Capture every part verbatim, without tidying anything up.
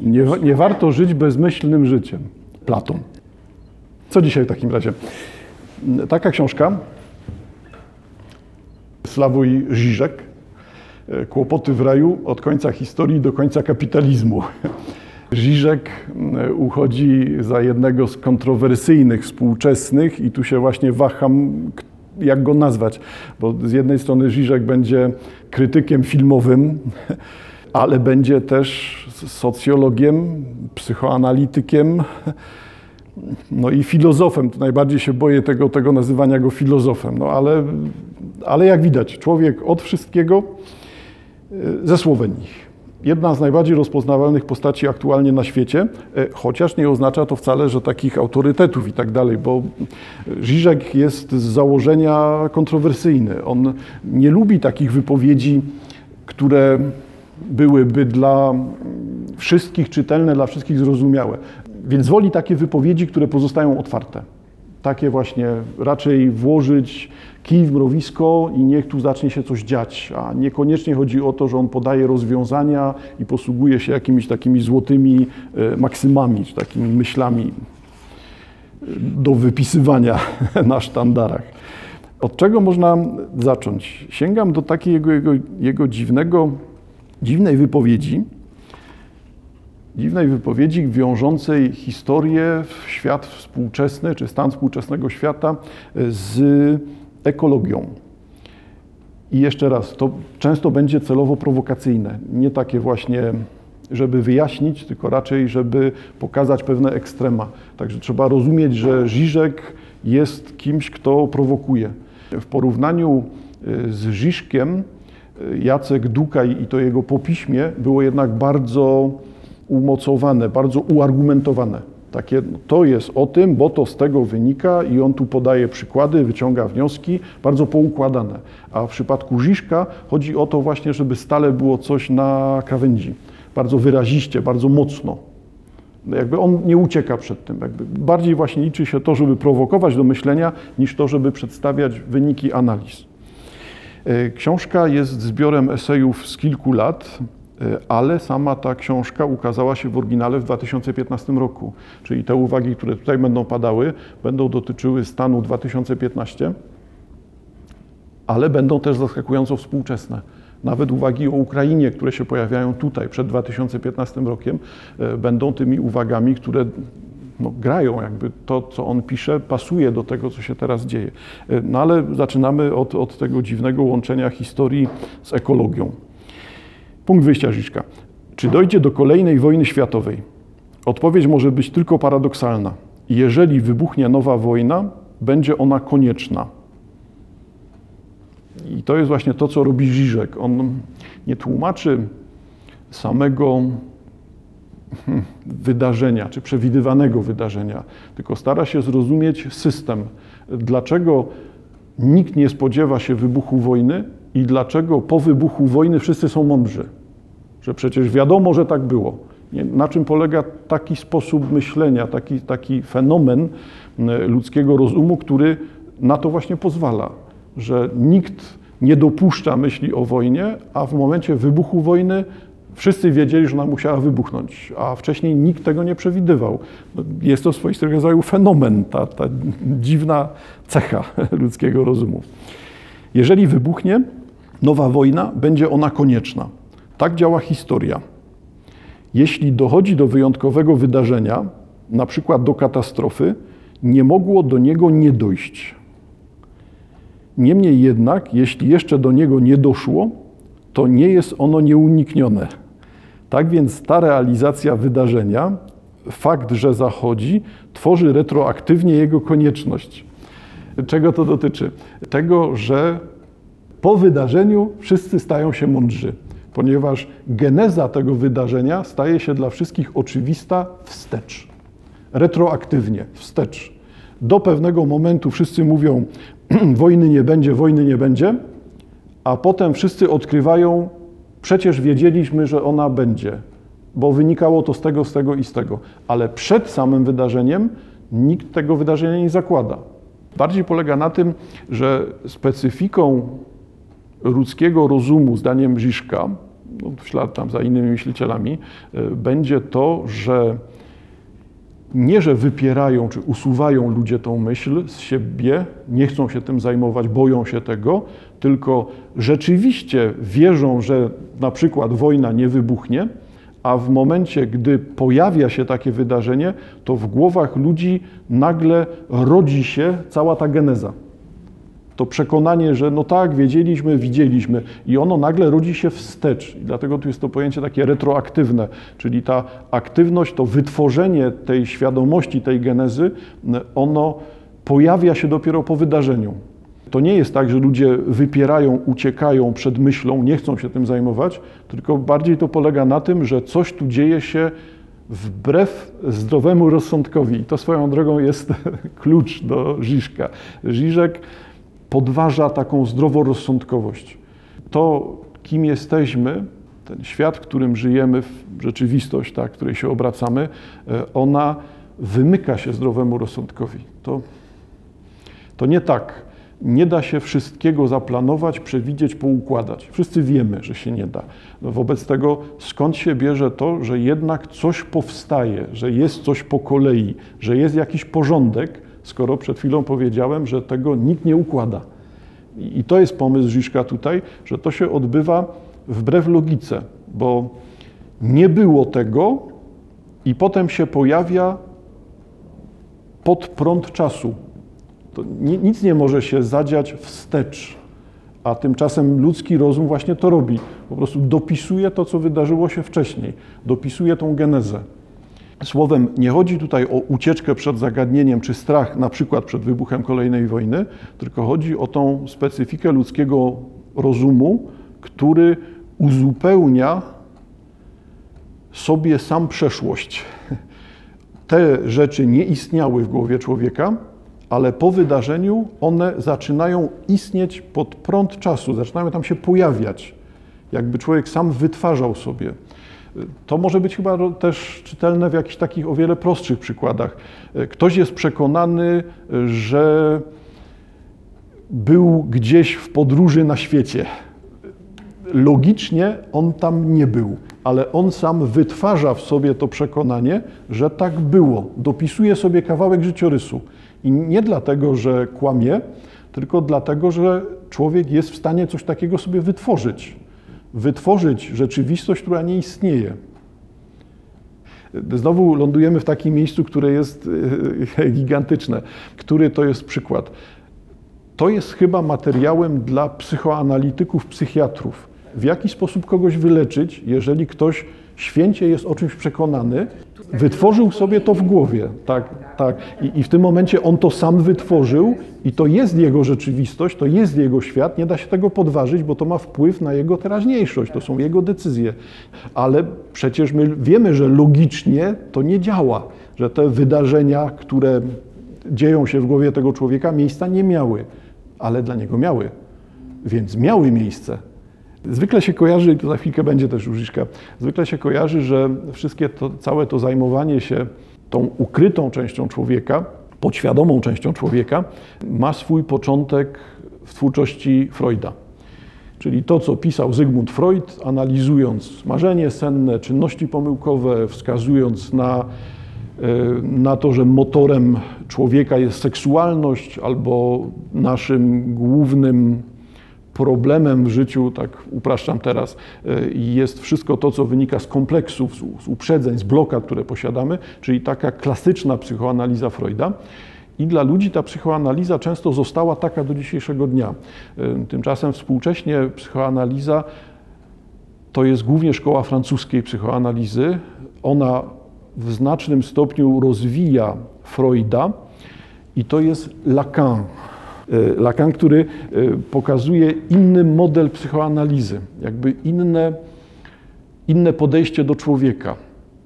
Nie, nie warto żyć bezmyślnym życiem. Platon. Co dzisiaj w takim razie? Taka książka, Sławoj Žižek, Kłopoty w raju od końca historii do końca kapitalizmu. Žižek uchodzi za jednego z kontrowersyjnych współczesnych i tu się właśnie waham, jak go nazwać, bo z jednej strony Žižek będzie krytykiem filmowym, ale będzie też socjologiem, psychoanalitykiem, no i filozofem. To najbardziej się boję tego, tego nazywania go filozofem, no ale, ale jak widać, człowiek od wszystkiego ze Słowenii. Jedna z najbardziej rozpoznawalnych postaci aktualnie na świecie, chociaż nie oznacza to wcale, że takich autorytetów i tak dalej, bo Žižek jest z założenia kontrowersyjny. On nie lubi takich wypowiedzi, które byłyby dla wszystkich czytelne, dla wszystkich zrozumiałe. Więc woli takie wypowiedzi, które pozostają otwarte. Takie właśnie raczej włożyć kij w mrowisko i niech tu zacznie się coś dziać, a niekoniecznie chodzi o to, że on podaje rozwiązania i posługuje się jakimiś takimi złotymi maksymami, czy takimi myślami do wypisywania na sztandarach. Od czego można zacząć? Sięgam do takiej jego, jego, jego dziwnego, dziwnej wypowiedzi, dziwnej wypowiedzi wiążącej historię, świat współczesny, czy stan współczesnego świata z ekologią. I jeszcze raz, to często będzie celowo prowokacyjne, nie takie właśnie, żeby wyjaśnić, tylko raczej, żeby pokazać pewne ekstrema. Także trzeba rozumieć, że Žižek jest kimś, kto prowokuje. W porównaniu z Žižkiem Jacek Dukaj i to jego po piśmie było jednak bardzo umocowane, bardzo uargumentowane. Takie, to jest o tym, bo to z tego wynika i on tu podaje przykłady, wyciąga wnioski, bardzo poukładane. A w przypadku Žižka chodzi o to właśnie, żeby stale było coś na krawędzi. Bardzo wyraziście, bardzo mocno. Jakby on nie ucieka przed tym. Jakby bardziej właśnie liczy się to, żeby prowokować do myślenia, niż to, żeby przedstawiać wyniki analiz. Książka jest zbiorem esejów z kilku lat, ale sama ta książka ukazała się w oryginale w dwa tysiące piętnastym roku. Czyli te uwagi, które tutaj będą padały, będą dotyczyły stanu dwa tysiące piętnastego, ale będą też zaskakująco współczesne. Nawet uwagi o Ukrainie, które się pojawiają tutaj przed dwa tysiące piętnastym rokiem, będą tymi uwagami, które no, grają, jakby to, co on pisze, pasuje do tego, co się teraz dzieje. No ale zaczynamy od, od tego dziwnego łączenia historii z ekologią. Punkt wyjścia Žižka. Czy dojdzie do kolejnej wojny światowej? Odpowiedź może być tylko paradoksalna. Jeżeli wybuchnie nowa wojna, będzie ona konieczna. I to jest właśnie to, co robi Žižek. On nie tłumaczy samego wydarzenia, czy przewidywanego wydarzenia, tylko stara się zrozumieć system. Dlaczego nikt nie spodziewa się wybuchu wojny i dlaczego po wybuchu wojny wszyscy są mądrzy. Że przecież wiadomo, że tak było. Na czym polega taki sposób myślenia, taki, taki fenomen ludzkiego rozumu, który na to właśnie pozwala. Że nikt nie dopuszcza myśli o wojnie, a w momencie wybuchu wojny wszyscy wiedzieli, że ona musiała wybuchnąć, a wcześniej nikt tego nie przewidywał. Jest to swoistego rodzaju fenomen, ta, ta dziwna cecha ludzkiego rozumu. Jeżeli wybuchnie nowa wojna, będzie ona konieczna. Tak działa historia. Jeśli dochodzi do wyjątkowego wydarzenia, na przykład do katastrofy, nie mogło do niego nie dojść. Niemniej jednak, jeśli jeszcze do niego nie doszło, to nie jest ono nieuniknione. Tak więc ta realizacja wydarzenia, fakt, że zachodzi, tworzy retroaktywnie jego konieczność. Czego to dotyczy? Tego, że po wydarzeniu wszyscy stają się mądrzy, ponieważ geneza tego wydarzenia staje się dla wszystkich oczywista wstecz. Retroaktywnie, wstecz. Do pewnego momentu wszyscy mówią, wojny nie będzie, wojny nie będzie, a potem wszyscy odkrywają, przecież wiedzieliśmy, że ona będzie, bo wynikało to z tego, z tego i z tego. Ale przed samym wydarzeniem nikt tego wydarzenia nie zakłada. Bardziej polega na tym, że specyfiką ludzkiego rozumu, zdaniem Žižka, no, w ślad tam za innymi myślicielami, będzie to, że nie, że wypierają czy usuwają ludzie tą myśl z siebie, nie chcą się tym zajmować, boją się tego, tylko rzeczywiście wierzą, że na przykład wojna nie wybuchnie, a w momencie, gdy pojawia się takie wydarzenie, to w głowach ludzi nagle rodzi się cała ta geneza. To przekonanie, że no tak, wiedzieliśmy, widzieliśmy i ono nagle rodzi się wstecz. I dlatego tu jest to pojęcie takie retroaktywne, czyli ta aktywność, to wytworzenie tej świadomości, tej genezy, ono pojawia się dopiero po wydarzeniu. To nie jest tak, że ludzie wypierają, uciekają przed myślą, nie chcą się tym zajmować, tylko bardziej to polega na tym, że coś tu dzieje się wbrew zdrowemu rozsądkowi. I to swoją drogą jest klucz do Žižka. Žižek podważa taką zdroworozsądkowość. To, kim jesteśmy, ten świat, w którym żyjemy, rzeczywistość, ta, której się obracamy, ona wymyka się zdrowemu rozsądkowi. To, to nie tak. Nie da się wszystkiego zaplanować, przewidzieć, poukładać. Wszyscy wiemy, że się nie da. Wobec tego skąd się bierze to, że jednak coś powstaje, że jest coś po kolei, że jest jakiś porządek, skoro przed chwilą powiedziałem, że tego nikt nie układa. I to jest pomysł Žižka tutaj, że to się odbywa wbrew logice, bo nie było tego i potem się pojawia pod prąd czasu. To nic nie może się zadziać wstecz, a tymczasem ludzki rozum właśnie to robi. Po prostu dopisuje to, co wydarzyło się wcześniej, dopisuje tą genezę. Słowem, nie chodzi tutaj o ucieczkę przed zagadnieniem czy strach, na przykład przed wybuchem kolejnej wojny, tylko chodzi o tą specyfikę ludzkiego rozumu, który uzupełnia sobie sam przeszłość. Te rzeczy nie istniały w głowie człowieka, ale po wydarzeniu one zaczynają istnieć pod prąd czasu, zaczynają tam się pojawiać, jakby człowiek sam wytwarzał sobie. To może być chyba też czytelne w jakichś takich o wiele prostszych przykładach. Ktoś jest przekonany, że był gdzieś w podróży na świecie. Logicznie on tam nie był, ale on sam wytwarza w sobie to przekonanie, że tak było. Dopisuje sobie kawałek życiorysu. I nie dlatego, że kłamie, tylko dlatego, że człowiek jest w stanie coś takiego sobie wytworzyć. Wytworzyć rzeczywistość, która nie istnieje. Znowu lądujemy w takim miejscu, które jest gigantyczne. Który to jest przykład? To jest chyba materiałem dla psychoanalityków, psychiatrów. W jaki sposób kogoś wyleczyć, jeżeli ktoś święcie jest o czymś przekonany, wytworzył sobie to w głowie, tak, tak. I, I w tym momencie on to sam wytworzył i to jest jego rzeczywistość, to jest jego świat, nie da się tego podważyć, bo to ma wpływ na jego teraźniejszość, to są jego decyzje. Ale przecież my wiemy, że logicznie to nie działa, że te wydarzenia, które dzieją się w głowie tego człowieka, miejsca nie miały, ale dla niego miały, więc miały miejsce. Zwykle się kojarzy, i to za chwilkę będzie też u Žižka, zwykle się kojarzy, że wszystkie to, całe to zajmowanie się tą ukrytą częścią człowieka, podświadomą częścią człowieka, ma swój początek w twórczości Freuda. Czyli to, co pisał Zygmunt Freud, analizując marzenie senne, czynności pomyłkowe, wskazując na, na to, że motorem człowieka jest seksualność, albo naszym głównym problemem w życiu, tak upraszczam teraz, jest wszystko to, co wynika z kompleksów, z uprzedzeń, z blokad, które posiadamy, czyli taka klasyczna psychoanaliza Freuda. I dla ludzi ta psychoanaliza często została taka do dzisiejszego dnia. Tymczasem współcześnie psychoanaliza to jest głównie szkoła francuskiej psychoanalizy. Ona w znacznym stopniu rozwija Freuda i to jest Lacan. Lacan, który pokazuje inny model psychoanalizy, jakby inne, inne podejście do człowieka.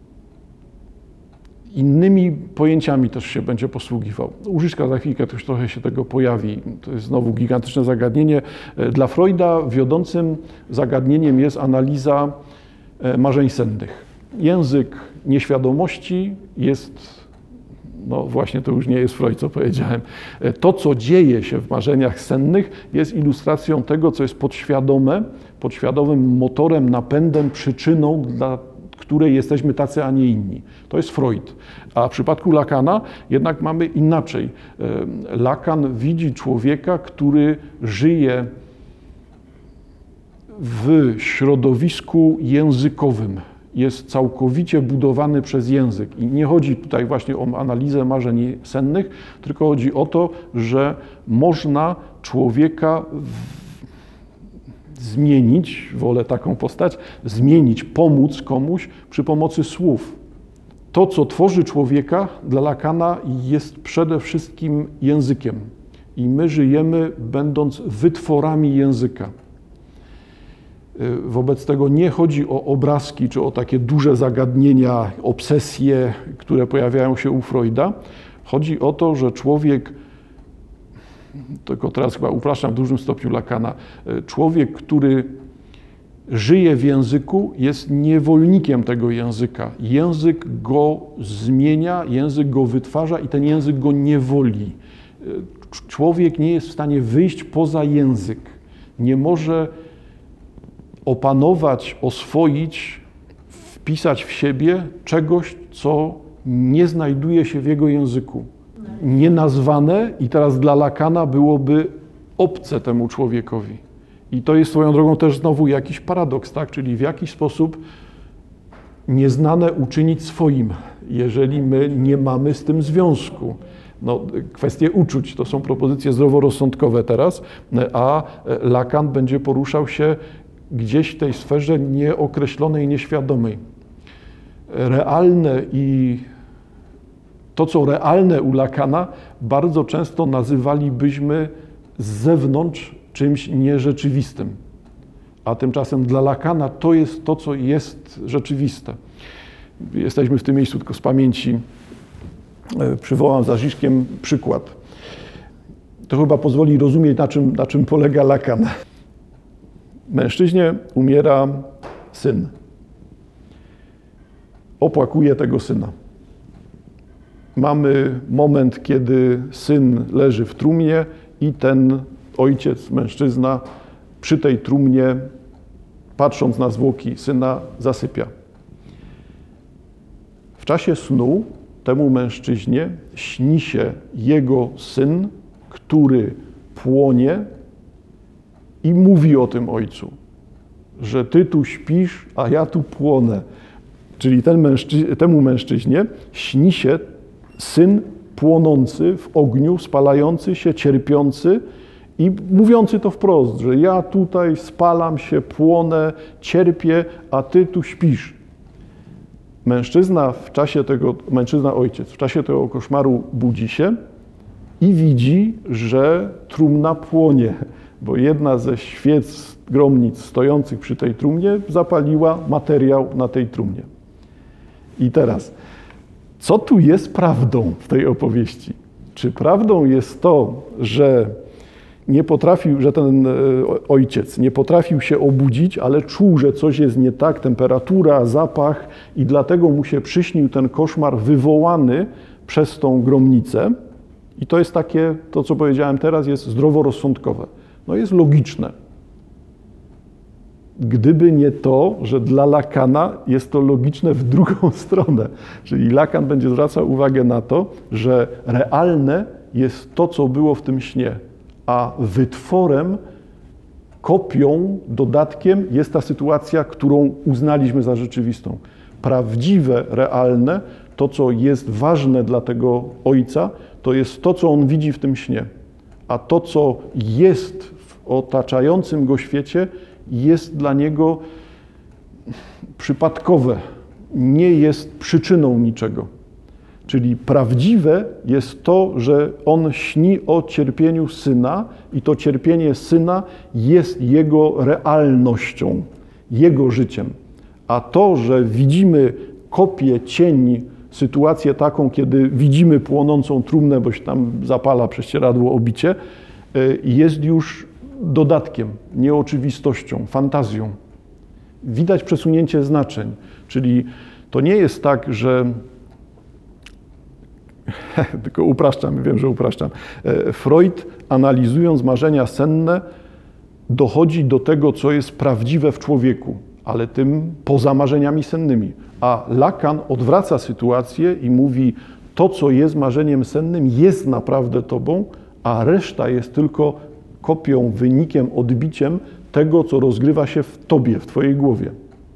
Innymi pojęciami też się będzie posługiwał. U Žižka za chwilkę też trochę się tego pojawi. To jest znowu gigantyczne zagadnienie. Dla Freuda wiodącym zagadnieniem jest analiza marzeń sennych. Język nieświadomości jest No właśnie, to już nie jest Freud, co powiedziałem. To, co dzieje się w marzeniach sennych, jest ilustracją tego, co jest podświadome, podświadomym motorem, napędem, przyczyną, dla której jesteśmy tacy, a nie inni. To jest Freud. A w przypadku Lacana jednak mamy inaczej. Lacan widzi człowieka, który żyje w środowisku językowym. Jest całkowicie budowany przez język. I nie chodzi tutaj właśnie o analizę marzeń sennych, tylko chodzi o to, że można człowieka zmienić, wolę taką postać, zmienić, pomóc komuś przy pomocy słów. To, co tworzy człowieka, dla Lacana jest przede wszystkim językiem. I my żyjemy, będąc wytworami języka. Wobec tego nie chodzi o obrazki, czy o takie duże zagadnienia, obsesje, które pojawiają się u Freuda. Chodzi o to, że człowiek, tylko teraz chyba upraszczam w dużym stopniu Lacana, człowiek, który żyje w języku, jest niewolnikiem tego języka. Język go zmienia, język go wytwarza i ten język go niewoli. Człowiek nie jest w stanie wyjść poza język. Nie może opanować, oswoić, wpisać w siebie czegoś, co nie znajduje się w jego języku. Nienazwane i teraz dla Lacana byłoby obce temu człowiekowi. I to jest swoją drogą też znowu jakiś paradoks, tak? Czyli w jakiś sposób nieznane uczynić swoim, jeżeli my nie mamy z tym związku. No, kwestie uczuć to są propozycje zdroworozsądkowe teraz, a Lacan będzie poruszał się gdzieś w tej sferze nieokreślonej, nieświadomej. Realne i to, co realne u Lacana, bardzo często nazywalibyśmy z zewnątrz czymś nierzeczywistym. A tymczasem dla Lacana to jest to, co jest rzeczywiste. Jesteśmy w tym miejscu tylko z pamięci. Przywołam za Žižkiem przykład. To chyba pozwoli rozumieć, na czym, na czym polega Lacan. Mężczyźnie umiera syn. Opłakuje tego syna. Mamy moment, kiedy syn leży w trumnie i ten ojciec, mężczyzna, przy tej trumnie, patrząc na zwłoki syna, zasypia. W czasie snu temu mężczyźnie śni się jego syn, który płonie i mówi o tym ojcu, że ty tu śpisz, a ja tu płonę. Czyli ten mężczy- temu mężczyźnie śni się syn płonący w ogniu, spalający się, cierpiący i mówiący to wprost, że ja tutaj spalam się, płonę, cierpię, a ty tu śpisz. Mężczyzna w czasie tego, mężczyzna ojciec, w czasie tego koszmaru budzi się i widzi, że trumna płonie, bo jedna ze świec gromnic stojących przy tej trumnie zapaliła materiał na tej trumnie. I teraz, co tu jest prawdą w tej opowieści? Czy prawdą jest to, że nie potrafił, że ten ojciec nie potrafił się obudzić, ale czuł, że coś jest nie tak, temperatura, zapach i dlatego mu się przyśnił ten koszmar wywołany przez tą gromnicę? I to jest takie, to co powiedziałem teraz, jest zdroworozsądkowe. No jest logiczne. Gdyby nie to, że dla Lacana jest to logiczne w drugą stronę. Czyli Lacan będzie zwracał uwagę na to, że realne jest to, co było w tym śnie, a wytworem, kopią, dodatkiem jest ta sytuacja, którą uznaliśmy za rzeczywistą. Prawdziwe, realne, to, co jest ważne dla tego ojca, to jest to, co on widzi w tym śnie. A to, co jest w otaczającym go świecie, jest dla niego przypadkowe, nie jest przyczyną niczego. Czyli prawdziwe jest to, że on śni o cierpieniu syna i to cierpienie syna jest jego realnością, jego życiem. A to, że widzimy kopię, cień, sytuację taką, kiedy widzimy płonącą trumnę, bo się tam zapala prześcieradło obicie, jest już dodatkiem, nieoczywistością, fantazją. Widać przesunięcie znaczeń, czyli to nie jest tak, że tylko upraszczam, wiem, że upraszczam. Freud, analizując marzenia senne, dochodzi do tego, co jest prawdziwe w człowieku, ale tym poza marzeniami sennymi. A Lacan odwraca sytuację i mówi, to, co jest marzeniem sennym, jest naprawdę tobą, a reszta jest tylko kopią, wynikiem, odbiciem tego, co rozgrywa się w tobie, w twojej głowie.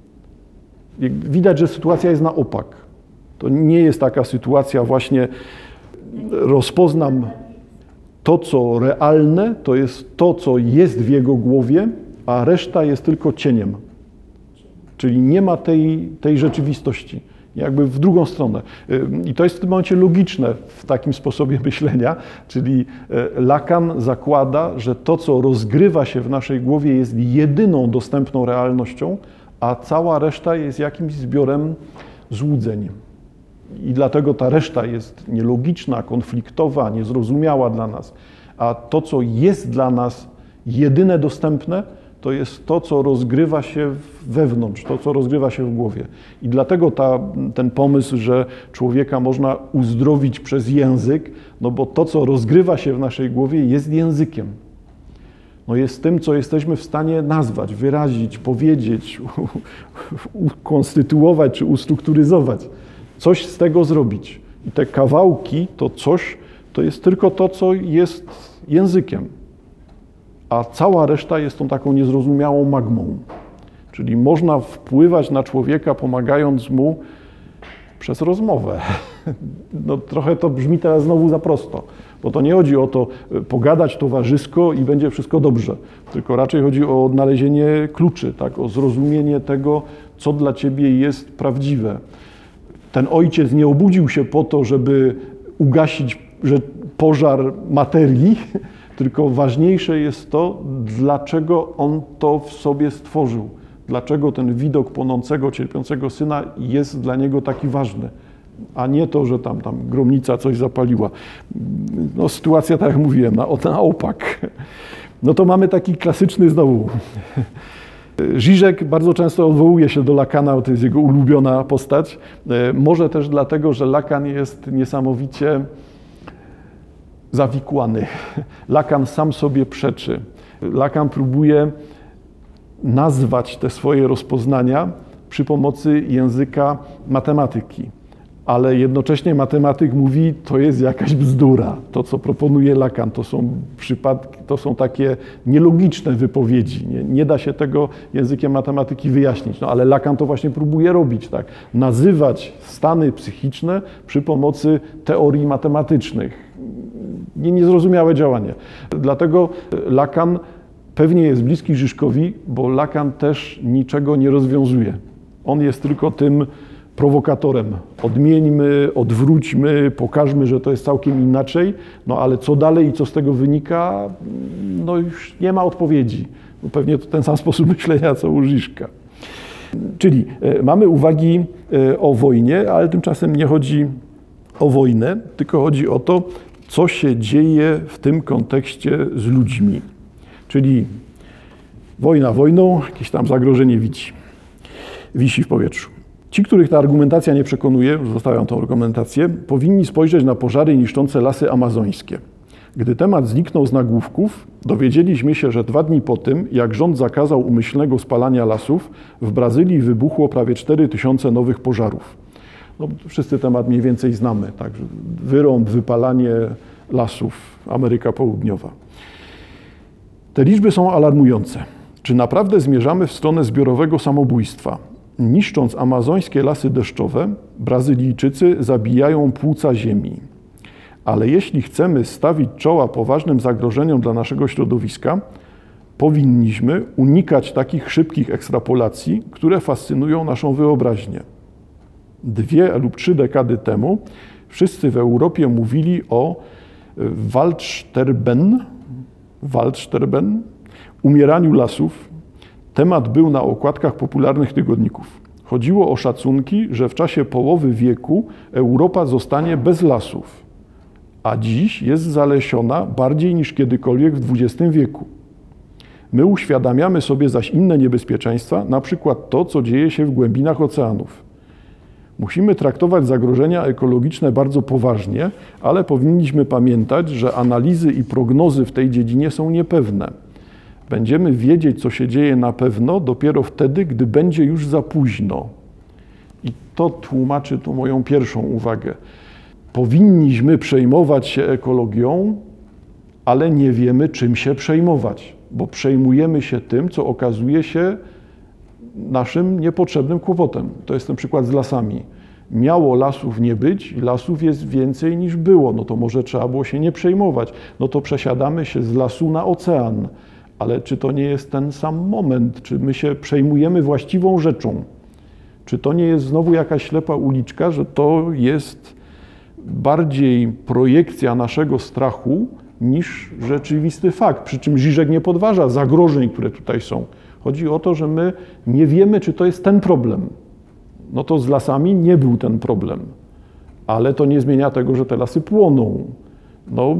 Widać, że sytuacja jest na opak. To nie jest taka sytuacja właśnie, rozpoznam to, co realne, to jest to, co jest w jego głowie, a reszta jest tylko cieniem. Czyli nie ma tej, tej rzeczywistości. Jakby w drugą stronę. I to jest w tym momencie logiczne w takim sposobie myślenia, czyli Lacan zakłada, że to, co rozgrywa się w naszej głowie, jest jedyną dostępną realnością, a cała reszta jest jakimś zbiorem złudzeń. I dlatego ta reszta jest nielogiczna, konfliktowa, niezrozumiała dla nas. A to, co jest dla nas jedyne dostępne, to jest to, co rozgrywa się wewnątrz, to, co rozgrywa się w głowie. I dlatego ta, ten pomysł, że człowieka można uzdrowić przez język, no bo to, co rozgrywa się w naszej głowie, jest językiem. No jest tym, co jesteśmy w stanie nazwać, wyrazić, powiedzieć, ukonstytuować czy ustrukturyzować. Coś z tego zrobić. I te kawałki, to coś, to jest tylko to, co jest językiem. A cała reszta jest tą taką niezrozumiałą magmą. Czyli można wpływać na człowieka, pomagając mu przez rozmowę. No, trochę to brzmi teraz znowu za prosto, bo to nie chodzi o to pogadać towarzysko i będzie wszystko dobrze, tylko raczej chodzi o odnalezienie kluczy, tak? O zrozumienie tego, co dla ciebie jest prawdziwe. Ten ojciec nie obudził się po to, żeby ugasić pożar materii, tylko ważniejsze jest to, dlaczego on to w sobie stworzył. Dlaczego ten widok płonącego, cierpiącego syna jest dla niego taki ważny, a nie to, że tam, tam gromnica coś zapaliła. No, sytuacja, tak jak mówiłem, na, na opak. No to mamy taki klasyczny znowu. Žižek bardzo często odwołuje się do Lacana, to jest jego ulubiona postać. Może też dlatego, że Lacan jest niesamowicie zawikłany. Lacan sam sobie przeczy. Lacan próbuje nazwać te swoje rozpoznania przy pomocy języka matematyki. Ale jednocześnie matematyk mówi, to jest jakaś bzdura. To, co proponuje Lacan, to są przypadki, to są takie nielogiczne wypowiedzi. Nie, nie da się tego językiem matematyki wyjaśnić. No, ale Lacan to właśnie próbuje robić, tak? Nazywać stany psychiczne przy pomocy teorii matematycznych. Nie, niezrozumiałe działanie. Dlatego Lacan pewnie jest bliski Žižkowi, bo Lacan też niczego nie rozwiązuje. On jest tylko tym prowokatorem. Odmieńmy, odwróćmy, pokażmy, że to jest całkiem inaczej, no ale co dalej i co z tego wynika, no już nie ma odpowiedzi. No pewnie to ten sam sposób myślenia, co u Žižka. Czyli e, mamy uwagi e, o wojnie, ale tymczasem nie chodzi o wojnę, tylko chodzi o to, co się dzieje w tym kontekście z ludźmi. Czyli wojna wojną, jakieś tam zagrożenie wisi, wisi w powietrzu. Ci, których ta argumentacja nie przekonuje, już zostawiam tą argumentację, powinni spojrzeć na pożary niszczące lasy amazońskie. Gdy temat zniknął z nagłówków, dowiedzieliśmy się, że dwa dni po tym, jak rząd zakazał umyślnego spalania lasów, w Brazylii wybuchło prawie cztery tysiące nowych pożarów. No, wszyscy temat mniej więcej znamy, tak? Wyrąb, wypalanie lasów, Ameryka Południowa. Te liczby są alarmujące. Czy naprawdę zmierzamy w stronę zbiorowego samobójstwa? Niszcząc amazońskie lasy deszczowe, Brazylijczycy zabijają płuca ziemi. Ale jeśli chcemy stawić czoła poważnym zagrożeniom dla naszego środowiska, powinniśmy unikać takich szybkich ekstrapolacji, które fascynują naszą wyobraźnię. Dwie lub trzy dekady temu wszyscy w Europie mówili o Waldsterben, Waldsterben, umieraniu lasów. Temat był na okładkach popularnych tygodników. Chodziło o szacunki, że w czasie połowy wieku Europa zostanie bez lasów, a dziś jest zalesiona bardziej niż kiedykolwiek w dwudziestym wieku. My uświadamiamy sobie zaś inne niebezpieczeństwa, na przykład to, co dzieje się w głębinach oceanów. Musimy traktować zagrożenia ekologiczne bardzo poważnie, ale powinniśmy pamiętać, że analizy i prognozy w tej dziedzinie są niepewne. Będziemy wiedzieć, co się dzieje na pewno dopiero wtedy, gdy będzie już za późno. I to tłumaczy tu moją pierwszą uwagę. Powinniśmy przejmować się ekologią, ale nie wiemy, czym się przejmować, bo przejmujemy się tym, co okazuje się naszym niepotrzebnym kłopotem. To jest ten przykład z lasami. Miało lasów nie być, lasów jest więcej niż było, no to może trzeba było się nie przejmować. No to przesiadamy się z lasu na ocean. Ale czy to nie jest ten sam moment? Czy my się przejmujemy właściwą rzeczą? Czy to nie jest znowu jakaś ślepa uliczka, że to jest bardziej projekcja naszego strachu niż rzeczywisty fakt? Przy czym Žižek nie podważa zagrożeń, które tutaj są. Chodzi o to, że my nie wiemy, czy to jest ten problem. No to z lasami nie był ten problem, ale to nie zmienia tego, że te lasy płoną. No,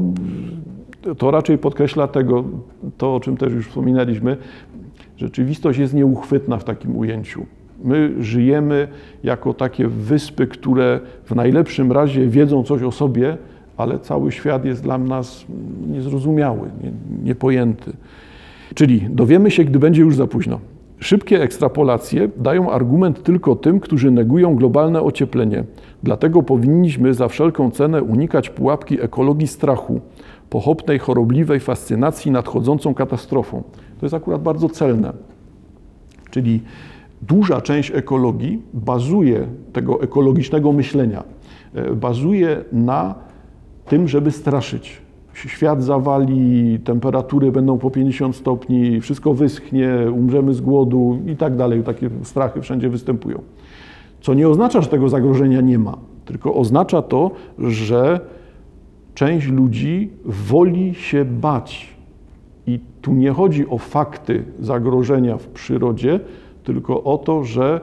to raczej podkreśla tego, to o czym też już wspominaliśmy, rzeczywistość jest nieuchwytna w takim ujęciu. My żyjemy jako takie wyspy, które w najlepszym razie wiedzą coś o sobie, ale cały świat jest dla nas niezrozumiały, nie, niepojęty. Czyli dowiemy się, gdy będzie już za późno. Szybkie ekstrapolacje dają argument tylko tym, którzy negują globalne ocieplenie. Dlatego powinniśmy za wszelką cenę unikać pułapki ekologii strachu, pochopnej, chorobliwej fascynacji nadchodzącą katastrofą. To jest akurat bardzo celne. Czyli duża część ekologii bazuje, tego ekologicznego myślenia, bazuje na tym, żeby straszyć. Świat zawali, temperatury będą po pięćdziesiąt stopni, wszystko wyschnie, umrzemy z głodu i tak dalej. Takie strachy wszędzie występują. Co nie oznacza, że tego zagrożenia nie ma, tylko oznacza to, że część ludzi woli się bać. I tu nie chodzi o fakty zagrożenia w przyrodzie, tylko o to, że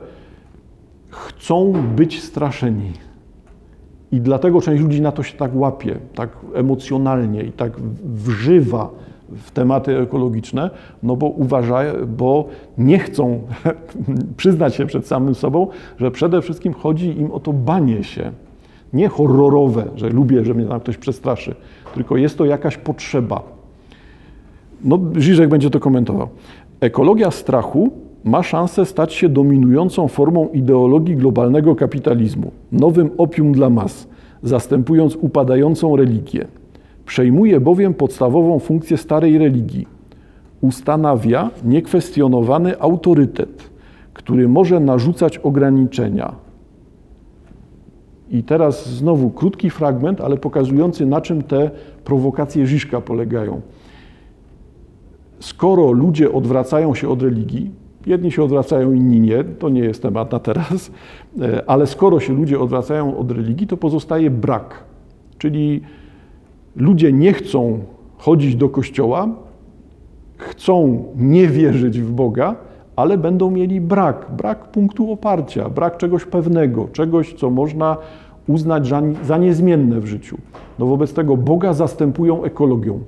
chcą być straszeni. I dlatego część ludzi na to się tak łapie, tak emocjonalnie i tak wżywa w tematy ekologiczne, no bo uważają, bo nie chcą przyznać się przed samym sobą, że przede wszystkim chodzi im o to banie się. Nie horrorowe, że lubię, że mnie tam ktoś przestraszy, tylko jest to jakaś potrzeba. No, Žižek będzie to komentował. Ekologia strachu ma szansę stać się dominującą formą ideologii globalnego kapitalizmu, nowym opium dla mas, zastępując upadającą religię. Przejmuje bowiem podstawową funkcję starej religii. Ustanawia niekwestionowany autorytet, który może narzucać ograniczenia. I teraz znowu krótki fragment, ale pokazujący, na czym te prowokacje Žižka polegają. Skoro ludzie odwracają się od religii, jedni się odwracają, inni nie, to nie jest temat na teraz, ale skoro się ludzie odwracają od religii, to pozostaje brak. Czyli ludzie nie chcą chodzić do kościoła, chcą nie wierzyć w Boga, ale będą mieli brak, brak punktu oparcia, brak czegoś pewnego, czegoś, co można uznać za, za niezmienne w życiu. No wobec tego Boga zastępują ekologią.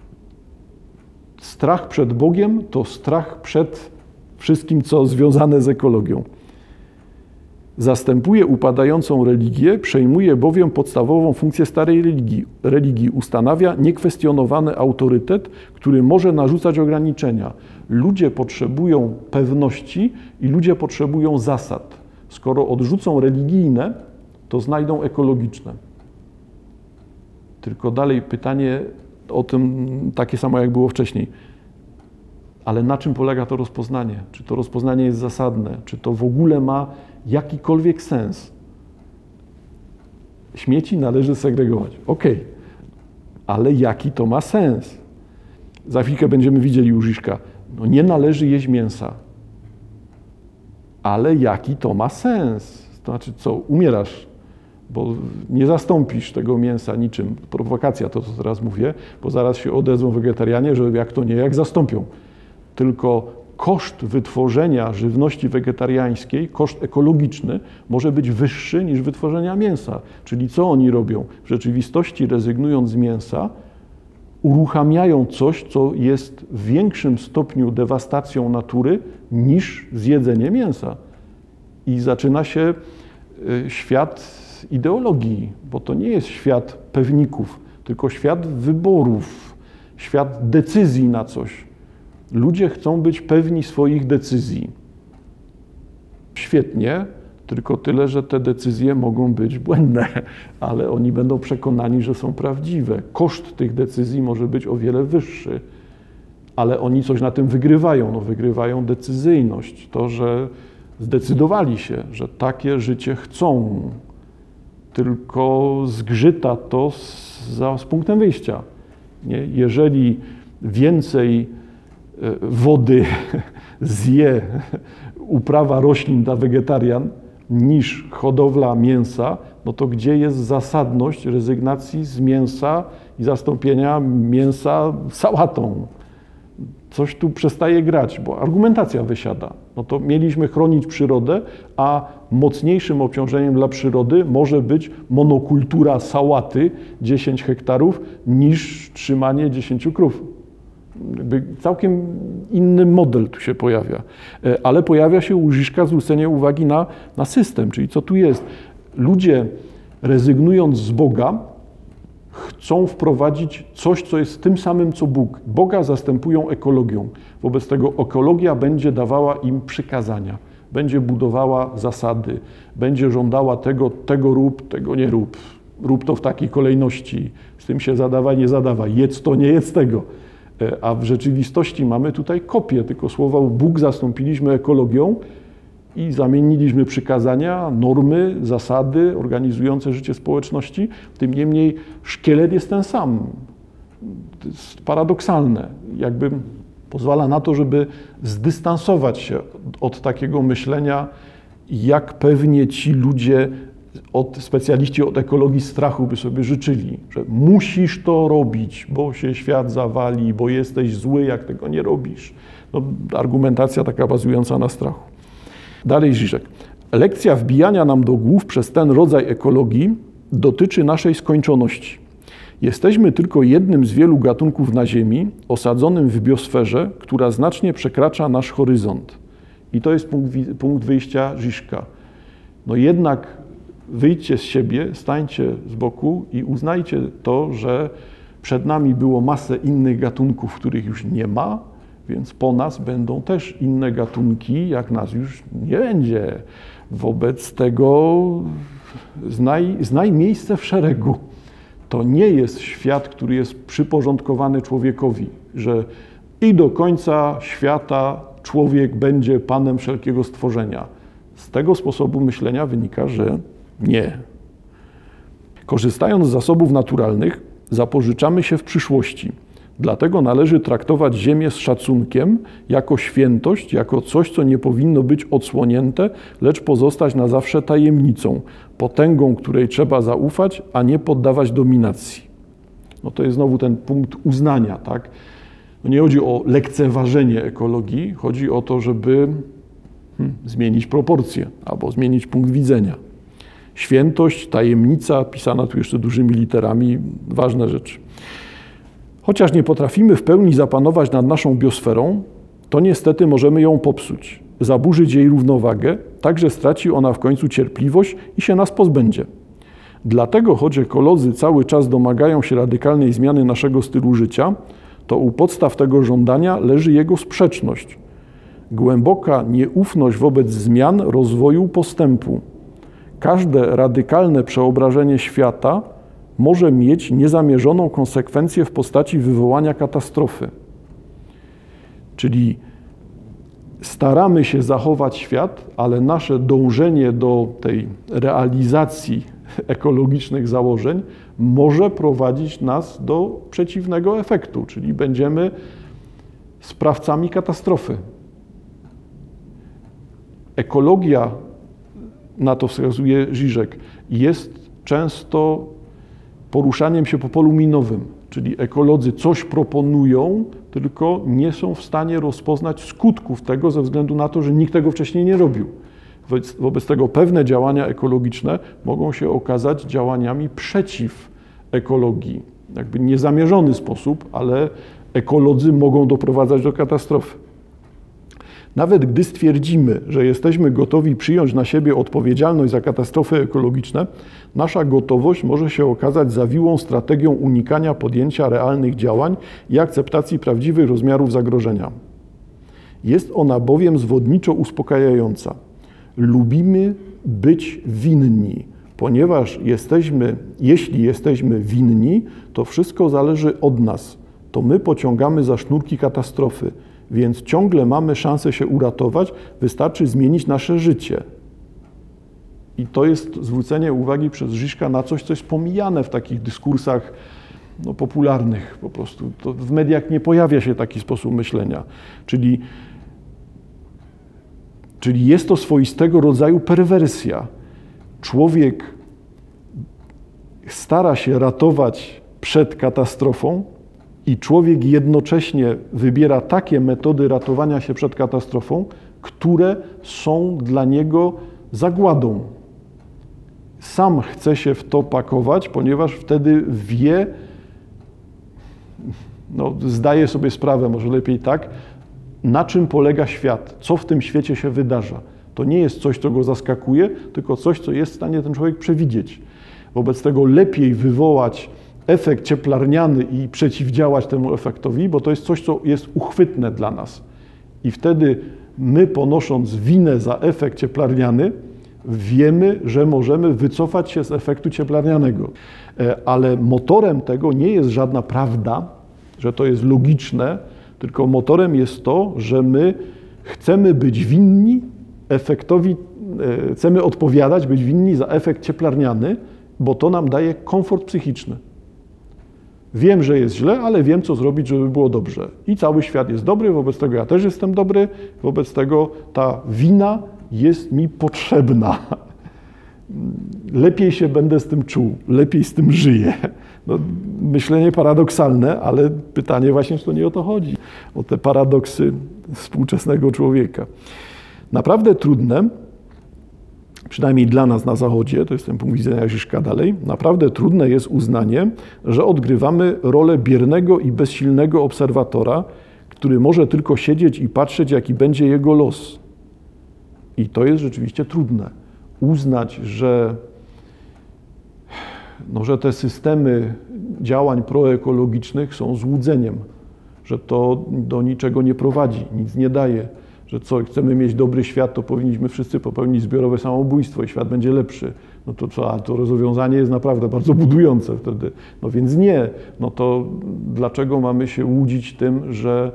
Strach przed Bogiem to strach przed wszystkim, co związane z ekologią. Zastępuje upadającą religię, przejmuje bowiem podstawową funkcję starej religii. religii. Ustanawia niekwestionowany autorytet, który może narzucać ograniczenia. Ludzie potrzebują pewności i ludzie potrzebują zasad. Skoro odrzucą religijne, to znajdą ekologiczne. Tylko dalej pytanie o tym takie samo, jak było wcześniej. Ale na czym polega to rozpoznanie? Czy to rozpoznanie jest zasadne? Czy to w ogóle ma jakikolwiek sens? Śmieci należy segregować. Okej, okay. Ale jaki to ma sens? Za chwilkę będziemy widzieli u Žižka. No nie należy jeść mięsa. Ale jaki to ma sens? To znaczy co, umierasz, bo nie zastąpisz tego mięsa niczym. Prowokacja to, co teraz mówię, bo zaraz się odezwą wegetarianie, że jak to nie, jak zastąpią. Tylko koszt wytworzenia żywności wegetariańskiej, koszt ekologiczny, może być wyższy niż wytworzenia mięsa. Czyli co oni robią? W rzeczywistości, rezygnując z mięsa, uruchamiają coś, co jest w większym stopniu dewastacją natury niż zjedzenie mięsa. I zaczyna się świat ideologii, bo to nie jest świat pewników, tylko świat wyborów, świat decyzji na coś. Ludzie chcą być pewni swoich decyzji. Świetnie, tylko tyle, że te decyzje mogą być błędne, ale oni będą przekonani, że są prawdziwe. Koszt tych decyzji może być o wiele wyższy, ale oni coś na tym wygrywają. No, wygrywają decyzyjność, to, że zdecydowali się, że takie życie chcą, tylko zgrzyta to z, za, z punktem wyjścia. Nie? Jeżeli więcej wody zje uprawa roślin dla wegetarian niż hodowla mięsa, no to gdzie jest zasadność rezygnacji z mięsa i zastąpienia mięsa sałatą? Coś tu przestaje grać, bo argumentacja wysiada. No to mieliśmy chronić przyrodę, a mocniejszym obciążeniem dla przyrody może być monokultura sałaty dziesięć hektarów niż trzymanie dziesięciu krów. Jakby całkiem inny model tu się pojawia. Ale pojawia się u Žižka zwrócenie uwagi na, na system, czyli co tu jest. Ludzie, rezygnując z Boga, chcą wprowadzić coś, co jest tym samym, co Bóg. Boga zastępują ekologią. Wobec tego ekologia będzie dawała im przykazania, będzie budowała zasady, będzie żądała tego, tego rób, tego nie rób. Rób to w takiej kolejności, z tym się zadawaj, nie zadawaj, jedz to, nie jedz tego. A w rzeczywistości mamy tutaj kopię, tylko słowa Bóg zastąpiliśmy ekologią i zamieniliśmy przykazania, normy, zasady organizujące życie społeczności. Tym niemniej szkielet jest ten sam. To jest paradoksalne. Jakby pozwala na to, żeby zdystansować się od takiego myślenia, jak pewnie ci ludzie, od, specjaliści od ekologii strachu by sobie życzyli, że musisz to robić, bo się świat zawali, bo jesteś zły, jak tego nie robisz. No, argumentacja taka bazująca na strachu. Dalej Žižek. Lekcja wbijania nam do głów przez ten rodzaj ekologii dotyczy naszej skończoności. Jesteśmy tylko jednym z wielu gatunków na Ziemi, osadzonym w biosferze, która znacznie przekracza nasz horyzont. I to jest punkt, punkt wyjścia Žižka. No jednak wyjdźcie z siebie, stańcie z boku i uznajcie to, że przed nami było masę innych gatunków, których już nie ma, więc po nas będą też inne gatunki, jak nas już nie będzie. Wobec tego znaj, znaj miejsce w szeregu. To nie jest świat, który jest przyporządkowany człowiekowi, że i do końca świata człowiek będzie panem wszelkiego stworzenia. Z tego sposobu myślenia wynika, że nie. Korzystając z zasobów naturalnych, zapożyczamy się w przyszłości. Dlatego należy traktować Ziemię z szacunkiem, jako świętość, jako coś, co nie powinno być odsłonięte, lecz pozostać na zawsze tajemnicą, potęgą, której trzeba zaufać, a nie poddawać dominacji. No to jest znowu ten punkt uznania, tak? No nie chodzi o lekceważenie ekologii, chodzi o to, żeby hmm, zmienić proporcje albo zmienić punkt widzenia. Świętość, tajemnica, pisana tu jeszcze dużymi literami, ważne rzeczy. Chociaż nie potrafimy w pełni zapanować nad naszą biosferą, to niestety możemy ją popsuć, zaburzyć jej równowagę, tak że straci ona w końcu cierpliwość i się nas pozbędzie. Dlatego, choć ekolodzy cały czas domagają się radykalnej zmiany naszego stylu życia, to u podstaw tego żądania leży jego sprzeczność. Głęboka nieufność wobec zmian, rozwoju, postępu. Każde radykalne przeobrażenie świata może mieć niezamierzoną konsekwencję w postaci wywołania katastrofy. Czyli staramy się zachować świat, ale nasze dążenie do tej realizacji ekologicznych założeń może prowadzić nas do przeciwnego efektu, czyli będziemy sprawcami katastrofy. Ekologia, na to wskazuje Žižek, jest często poruszaniem się po polu minowym, czyli ekolodzy coś proponują, tylko nie są w stanie rozpoznać skutków tego ze względu na to, że nikt tego wcześniej nie robił. Wobec, wobec tego pewne działania ekologiczne mogą się okazać działaniami przeciw ekologii. Jakby niezamierzony sposób, ale ekolodzy mogą doprowadzać do katastrofy. Nawet gdy stwierdzimy, że jesteśmy gotowi przyjąć na siebie odpowiedzialność za katastrofy ekologiczne, nasza gotowość może się okazać zawiłą strategią unikania podjęcia realnych działań i akceptacji prawdziwych rozmiarów zagrożenia. Jest ona bowiem zwodniczo uspokajająca. Lubimy być winni, ponieważ jesteśmy, jeśli jesteśmy winni, to wszystko zależy od nas. To my pociągamy za sznurki katastrofy, więc ciągle mamy szansę się uratować, wystarczy zmienić nasze życie. I to jest zwrócenie uwagi przez Žižka na coś, co jest pomijane w takich dyskursach no, popularnych po prostu. To w mediach nie pojawia się taki sposób myślenia. Czyli, czyli jest to swoistego rodzaju perwersja. Człowiek stara się ratować przed katastrofą i człowiek jednocześnie wybiera takie metody ratowania się przed katastrofą, które są dla niego zagładą. Sam chce się w to pakować, ponieważ wtedy wie, no, zdaje sobie sprawę, może lepiej tak, na czym polega świat, co w tym świecie się wydarza. To nie jest coś, co go zaskakuje, tylko coś, co jest w stanie ten człowiek przewidzieć. Wobec tego lepiej wywołać efekt cieplarniany i przeciwdziałać temu efektowi, bo to jest coś, co jest uchwytne dla nas. I wtedy my, ponosząc winę za efekt cieplarniany, wiemy, że możemy wycofać się z efektu cieplarnianego. Ale motorem tego nie jest żadna prawda, że to jest logiczne, tylko motorem jest to, że my chcemy być winni efektowi, chcemy odpowiadać, być winni za efekt cieplarniany, bo to nam daje komfort psychiczny. Wiem, że jest źle, ale wiem, co zrobić, żeby było dobrze. I cały świat jest dobry, wobec tego ja też jestem dobry, wobec tego ta wina jest mi potrzebna. Lepiej się będę z tym czuł, lepiej z tym żyję. No, myślenie paradoksalne, ale pytanie właśnie, czy to nie o to chodzi, o te paradoksy współczesnego człowieka. Naprawdę trudne, przynajmniej dla nas na Zachodzie, to jest ten punkt widzenia Žižka dalej, naprawdę trudne jest uznanie, że odgrywamy rolę biernego i bezsilnego obserwatora, który może tylko siedzieć i patrzeć, jaki będzie jego los. I to jest rzeczywiście trudne. Uznać, że, no, że te systemy działań proekologicznych są złudzeniem, że to do niczego nie prowadzi, nic nie daje, że co, chcemy mieć dobry świat, to powinniśmy wszyscy popełnić zbiorowe samobójstwo i świat będzie lepszy. No to co, a to rozwiązanie jest naprawdę bardzo budujące wtedy. No więc nie, no to dlaczego mamy się łudzić tym, że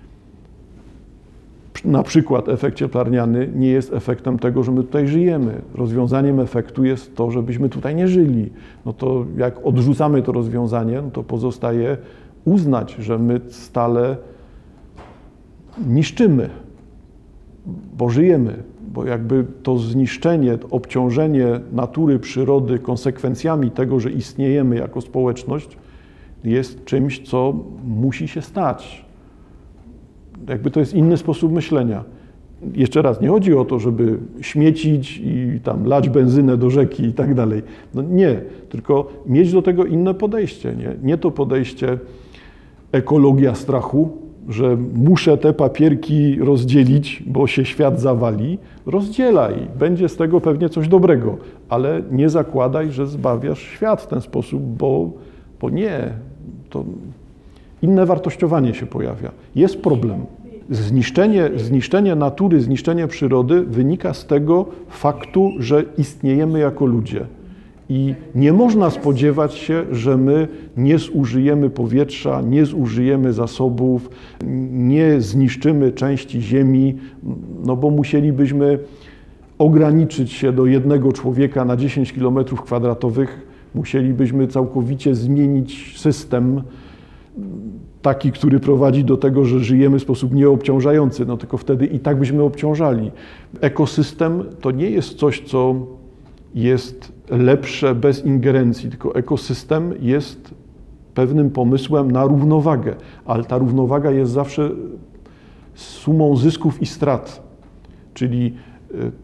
na przykład efekt cieplarniany nie jest efektem tego, że my tutaj żyjemy. Rozwiązaniem efektu jest to, żebyśmy tutaj nie żyli. No to jak odrzucamy to rozwiązanie, no to pozostaje uznać, że my stale niszczymy, bo żyjemy, bo jakby to zniszczenie, to obciążenie natury, przyrody konsekwencjami tego, że istniejemy jako społeczność, jest czymś, co musi się stać. Jakby to jest inny sposób myślenia. Jeszcze raz, nie chodzi o to, żeby śmiecić i tam lać benzynę do rzeki i tak dalej. No nie, tylko mieć do tego inne podejście. Nie, nie to podejście ekologia strachu, że muszę te papierki rozdzielić, bo się świat zawali. Rozdzielaj, będzie z tego pewnie coś dobrego, ale nie zakładaj, że zbawiasz świat w ten sposób, bo, bo nie, to inne wartościowanie się pojawia. Jest problem. Zniszczenie, zniszczenie natury, zniszczenie przyrody wynika z tego faktu, że istniejemy jako ludzie. I nie można spodziewać się, że my nie zużyjemy powietrza, nie zużyjemy zasobów, nie zniszczymy części ziemi, no bo musielibyśmy ograniczyć się do jednego człowieka na dziesięć kilometrów kwadratowych, musielibyśmy całkowicie zmienić system taki, który prowadzi do tego, że żyjemy w sposób nieobciążający, no tylko wtedy i tak byśmy obciążali. Ekosystem to nie jest coś, co jest lepsze bez ingerencji, tylko ekosystem jest pewnym pomysłem na równowagę, ale ta równowaga jest zawsze sumą zysków i strat. Czyli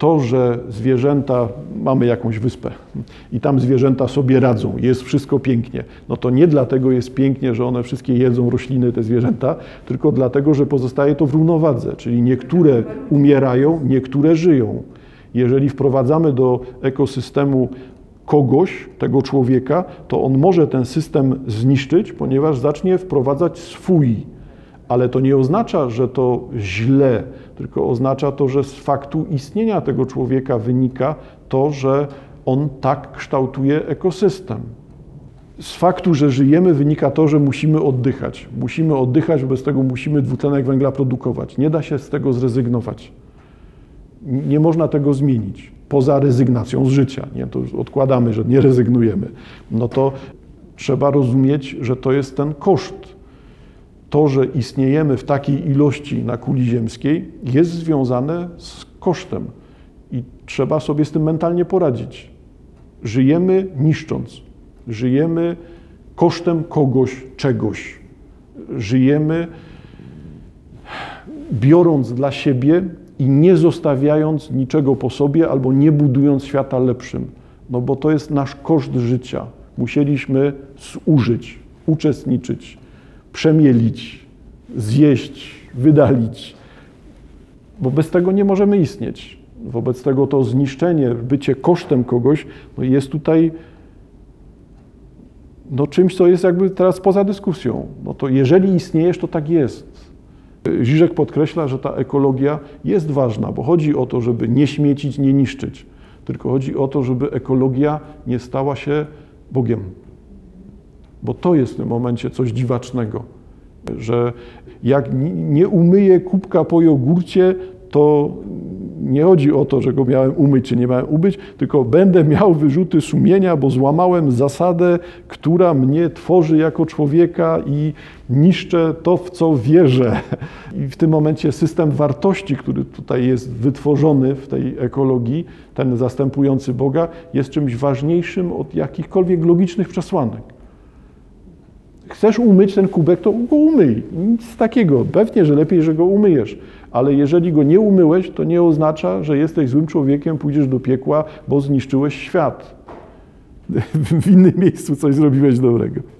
to, że zwierzęta, mamy jakąś wyspę i tam zwierzęta sobie radzą, jest wszystko pięknie, no to nie dlatego jest pięknie, że one wszystkie jedzą rośliny, te zwierzęta, tylko dlatego, że pozostaje to w równowadze, czyli niektóre umierają, niektóre żyją. Jeżeli wprowadzamy do ekosystemu kogoś, tego człowieka, to on może ten system zniszczyć, ponieważ zacznie wprowadzać swój. Ale to nie oznacza, że to źle, tylko oznacza to, że z faktu istnienia tego człowieka wynika to, że on tak kształtuje ekosystem. Z faktu, że żyjemy, wynika to, że musimy oddychać. Musimy oddychać, bez tego musimy dwutlenek węgla produkować. Nie da się z tego zrezygnować. Nie można tego zmienić, poza rezygnacją z życia. Nie? To już odkładamy, że nie rezygnujemy. No to trzeba rozumieć, że to jest ten koszt. To, że istniejemy w takiej ilości na kuli ziemskiej, jest związane z kosztem i trzeba sobie z tym mentalnie poradzić. Żyjemy niszcząc, żyjemy kosztem kogoś, czegoś. Żyjemy biorąc dla siebie i nie zostawiając niczego po sobie albo nie budując świata lepszym. No bo to jest nasz koszt życia. Musieliśmy zużyć, uczestniczyć, przemielić, zjeść, wydalić, bo bez tego nie możemy istnieć. Wobec tego to zniszczenie, bycie kosztem kogoś no jest tutaj no czymś, co jest jakby teraz poza dyskusją. No to jeżeli istniejesz, to tak jest. Žižek podkreśla, że ta ekologia jest ważna, bo chodzi o to, żeby nie śmiecić, nie niszczyć, tylko chodzi o to, żeby ekologia nie stała się Bogiem. Bo to jest w tym momencie coś dziwacznego, że jak nie umyję kubka po jogurcie, to nie chodzi o to, że go miałem umyć, czy nie miałem umyć, tylko będę miał wyrzuty sumienia, bo złamałem zasadę, która mnie tworzy jako człowieka i niszczę to, w co wierzę. I w tym momencie system wartości, który tutaj jest wytworzony w tej ekologii, ten zastępujący Boga, jest czymś ważniejszym od jakichkolwiek logicznych przesłanek. Chcesz umyć ten kubek, to go umyj. Nic takiego. Pewnie, że lepiej, że go umyjesz. Ale jeżeli go nie umyłeś, to nie oznacza, że jesteś złym człowiekiem, pójdziesz do piekła, bo zniszczyłeś świat. W innym miejscu coś zrobiłeś dobrego.